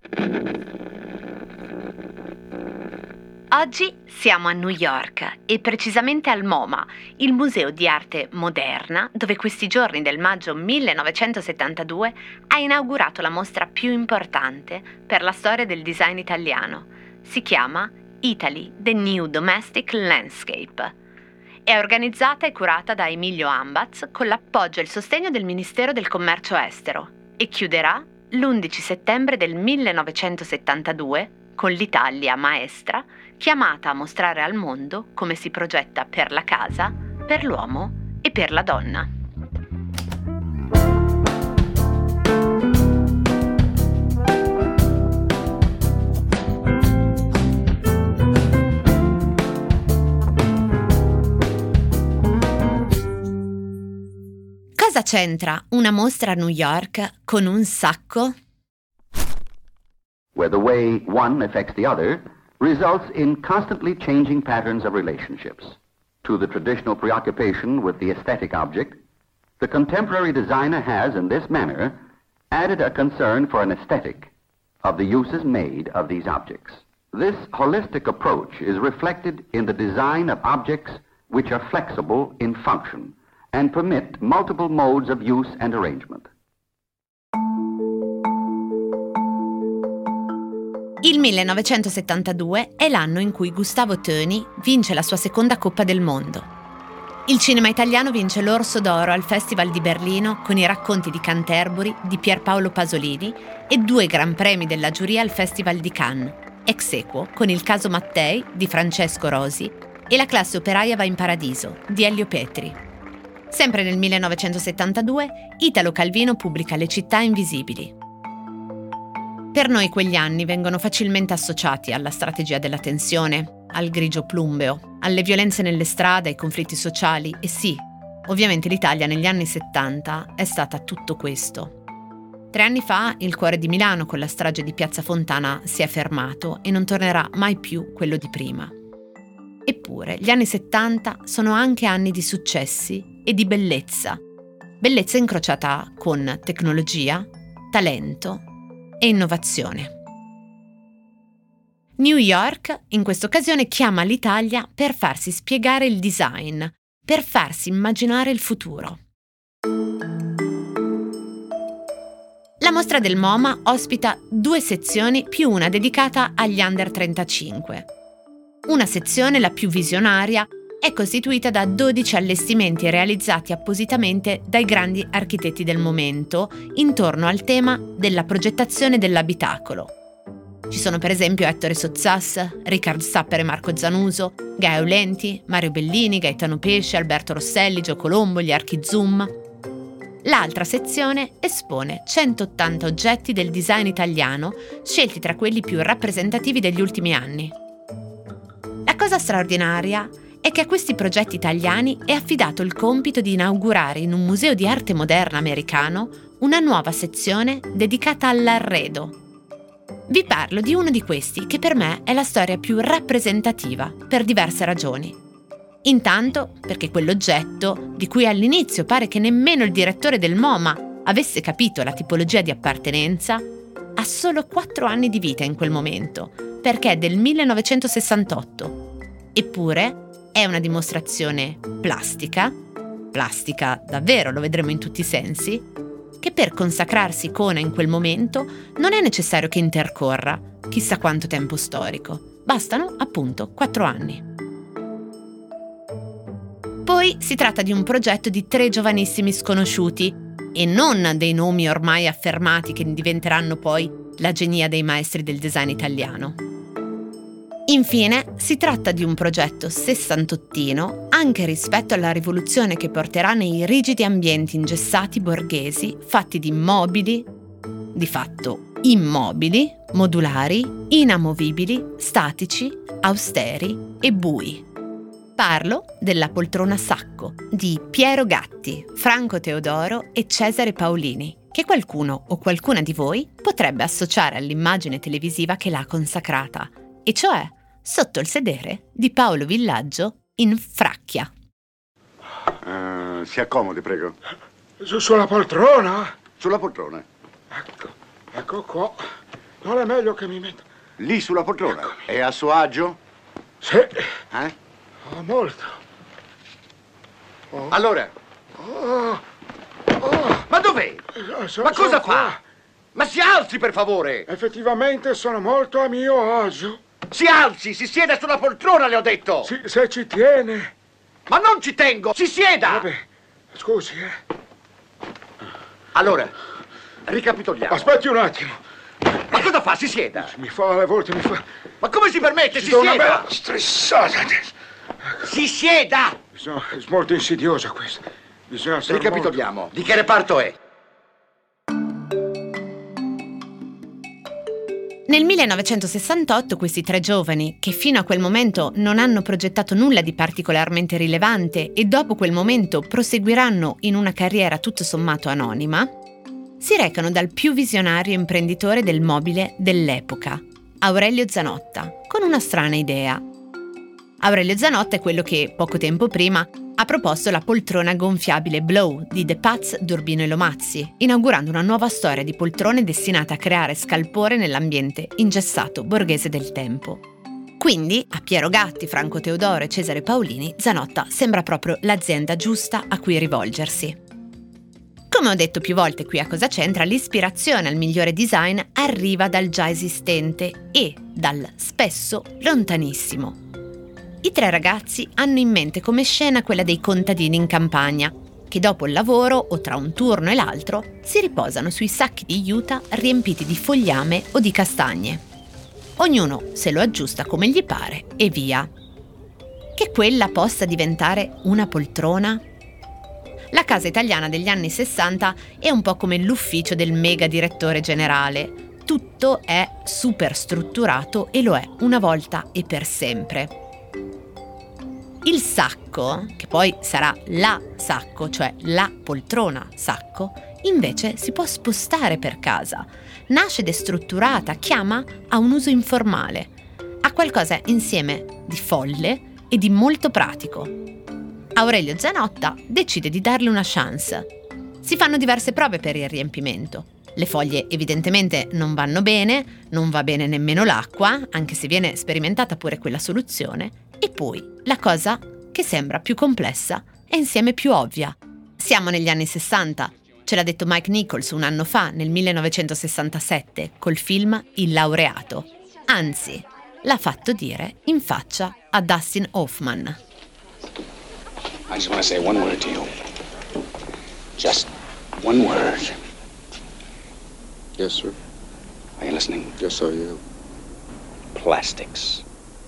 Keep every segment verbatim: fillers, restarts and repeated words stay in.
Oggi siamo a New York e precisamente al MoMA, il Museo di Arte Moderna, dove questi giorni del maggio millenovecentosettantadue ha inaugurato la mostra più importante per la storia del design italiano. Si chiama Italy, The New Domestic Landscape. È organizzata e curata da Emilio Ambaz con l'appoggio e il sostegno del Ministero del Commercio Estero e chiuderà l'undici settembre del millenovecentosettantadue con l'Italia maestra chiamata a mostrare al mondo come si progetta per la casa, per l'uomo e per la donna. Cosa c'entra una mostra a New York con un sacco? Where the way one affects the other results in constantly changing patterns of relationships. To the traditional preoccupation with the aesthetic object, the contemporary designer has, in this manner, added a concern for an aesthetic of the uses made of these objects. This holistic approach is reflected in the design of objects which are flexible in function and permit multiple modes of use and arrangement. Il millenovecentosettantadue è l'anno in cui Gustavo Thöny vince la sua seconda Coppa del Mondo. Il cinema italiano vince l'Orso d'Oro al Festival di Berlino con i racconti di Canterbury di Pierpaolo Pasolini e due Gran Premi della giuria al Festival di Cannes, ex aequo con Il caso Mattei di Francesco Rosi e La classe operaia va in paradiso di Elio Petri. Sempre nel millenovecentosettantadue, Italo Calvino pubblica Le città invisibili. Per noi quegli anni vengono facilmente associati alla strategia della tensione, al grigio plumbeo, alle violenze nelle strade, ai conflitti sociali e sì, ovviamente l'Italia negli anni settanta è stata tutto questo. Tre anni fa il cuore di Milano con la strage di Piazza Fontana si è fermato e non tornerà mai più quello di prima. Eppure gli anni settanta sono anche anni di successi e di bellezza, bellezza incrociata con tecnologia, talento e innovazione. New York in questa occasione chiama l'Italia per farsi spiegare il design, per farsi immaginare il futuro. La mostra del MoMA ospita due sezioni più una dedicata agli under trentacinque. Una sezione, la più visionaria, è costituita da dodici allestimenti realizzati appositamente dai grandi architetti del momento intorno al tema della progettazione dell'abitacolo. Ci sono per esempio Ettore Sozzas, Richard Sapper e Marco Zanuso, Gaio Lenti, Mario Bellini, Gaetano Pesce, Alberto Rosselli, Gio Colombo, gli archi Zoom. L'altra sezione espone centottanta oggetti del design italiano scelti tra quelli più rappresentativi degli ultimi anni. La cosa straordinaria è che a questi progetti italiani è affidato il compito di inaugurare in un museo di arte moderna americano una nuova sezione dedicata all'arredo. Vi parlo di uno di questi che per me è la storia più rappresentativa per diverse ragioni. Intanto perché quell'oggetto, di cui all'inizio pare che nemmeno il direttore del MoMA avesse capito la tipologia di appartenenza, ha solo quattro anni di vita in quel momento, perché è del millenovecentosessantotto. Eppure è una dimostrazione plastica, plastica davvero, lo vedremo in tutti i sensi, che per consacrarsi icona in quel momento non è necessario che intercorra chissà quanto tempo storico, bastano appunto quattro anni. Poi si tratta di un progetto di tre giovanissimi sconosciuti e non dei nomi ormai affermati che diventeranno poi la genia dei maestri del design italiano. Infine, si tratta di un progetto sessantottino anche rispetto alla rivoluzione che porterà nei rigidi ambienti ingessati borghesi fatti di mobili, di fatto immobili, modulari, inamovibili, statici, austeri e bui. Parlo della poltrona Sacco di Piero Gatti, Franco Teodoro e Cesare Paolini, che qualcuno o qualcuna di voi potrebbe associare all'immagine televisiva che l'ha consacrata, e cioè sotto il sedere di Paolo Villaggio in Fracchia. Uh, si accomodi, prego. Su, sulla poltrona? Sulla poltrona. Ecco, ecco qua. Non è meglio che mi metta... Lì sulla poltrona? Eccomi. È a suo agio? Sì. Eh? Oh, molto. Oh. Allora? Oh. Oh. Ma dov'è? Eh, so- Ma cosa sono qua. fa? Ma si alzi, per favore! Effettivamente sono molto a mio agio. Si alzi, si sieda sulla poltrona, le ho detto! Sì, se ci tiene. Ma non ci tengo, si sieda! Vabbè, scusi, eh. Allora, ricapitoliamo. Aspetti un attimo. Ma cosa fa? Si sieda! Mi fa, alle volte mi fa... Ma come si permette? Si do una sieda! bella stressata. Si sieda! Bisogna... È molto insidiosa questa. Bisogna stare Ricapitoliamo. Molto... Di che reparto è? Nel millenovecentosessantotto questi tre giovani, che fino a quel momento non hanno progettato nulla di particolarmente rilevante e dopo quel momento proseguiranno in una carriera tutto sommato anonima, si recano dal più visionario imprenditore del mobile dell'epoca, Aurelio Zanotta, con una strana idea. Aurelio Zanotta è quello che, poco tempo prima, ha proposto la poltrona gonfiabile Blow di De Paz, d'Urbino e Lomazzi, inaugurando una nuova storia di poltrone destinata a creare scalpore nell'ambiente ingessato borghese del tempo. Quindi, a Piero Gatti, Franco Teodoro e Cesare Paolini, Zanotta sembra proprio l'azienda giusta a cui rivolgersi. Come ho detto più volte qui a Cosa c'entra, l'ispirazione al migliore design arriva dal già esistente e dal spesso lontanissimo. I tre ragazzi hanno in mente come scena quella dei contadini in campagna, che dopo il lavoro o tra un turno e l'altro si riposano sui sacchi di juta riempiti di fogliame o di castagne. Ognuno se lo aggiusta come gli pare e via. Che quella possa diventare una poltrona? La casa italiana degli anni sessanta è un po' come l'ufficio del mega direttore generale. Tutto è super strutturato e lo è una volta e per sempre. Il sacco, che poi sarà la sacco, cioè la poltrona sacco, invece si può spostare per casa. Nasce destrutturata, chiama a un uso informale. Ha qualcosa insieme di folle e di molto pratico. Aurelio Zanotta decide di darle una chance. Si fanno diverse prove per il riempimento. Le foglie evidentemente non vanno bene, non va bene nemmeno l'acqua, anche se viene sperimentata pure quella soluzione. E poi la cosa che sembra più complessa è insieme più ovvia. Siamo negli anni sessanta, ce l'ha detto Mike Nichols un anno fa, nel millenovecentosessantasette, col film Il laureato. Anzi, l'ha fatto dire in faccia a Dustin Hoffman. I just want to say one word to you. Just one word. Yes, sir. Are you listening? Yes, I am. Plastics.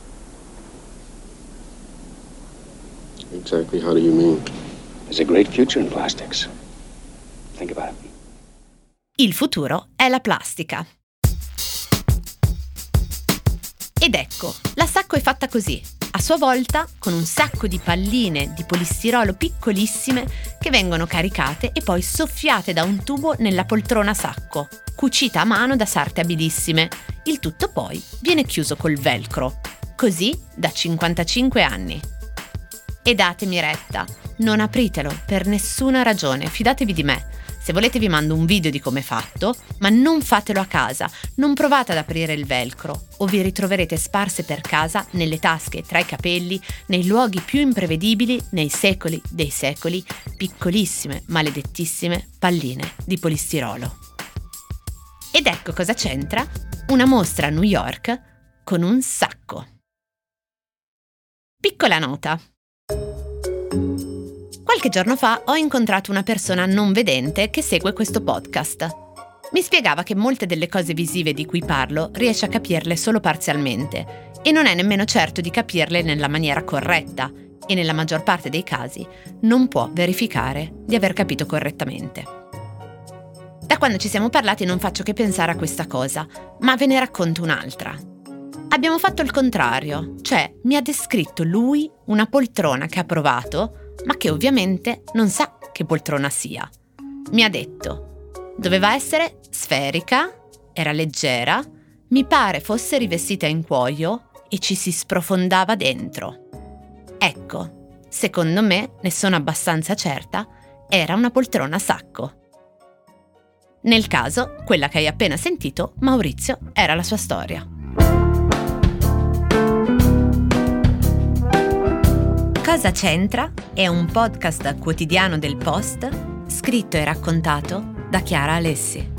Exactly how do you mean? There's a great future in plastics. Think about it. Il futuro è la plastica. Ed ecco, la sacco è fatta così, a sua volta con un sacco di palline di polistirolo piccolissime che vengono caricate e poi soffiate da un tubo nella poltrona sacco, cucita a mano da sarte abilissime. Il tutto poi viene chiuso col velcro, così da cinquantacinque anni. E datemi retta, non apritelo per nessuna ragione, fidatevi di me. Se volete vi mando un video di come è fatto, ma non fatelo a casa, non provate ad aprire il velcro o vi ritroverete sparse per casa, nelle tasche, tra i capelli, nei luoghi più imprevedibili, nei secoli dei secoli, piccolissime, maledettissime palline di polistirolo. Ed ecco cosa c'entra una mostra a New York con un sacco. Piccola nota. Qualche giorno fa ho incontrato una persona non vedente che segue questo podcast. Mi spiegava che molte delle cose visive di cui parlo riesce a capirle solo parzialmente e non è nemmeno certo di capirle nella maniera corretta e nella maggior parte dei casi non può verificare di aver capito correttamente. Da quando ci siamo parlati non faccio che pensare a questa cosa, ma ve ne racconto un'altra. Abbiamo fatto il contrario, cioè mi ha descritto lui una poltrona che ha provato, ma che ovviamente non sa che poltrona sia. Mi ha detto, doveva essere sferica, era leggera, mi pare fosse rivestita in cuoio e ci si sprofondava dentro. Ecco, secondo me, ne sono abbastanza certa, era una poltrona sacco. Nel caso, quella che hai appena sentito, Maurizio, era la sua storia. Cosa c'entra è un podcast quotidiano del Post, scritto e raccontato da Chiara Alessi.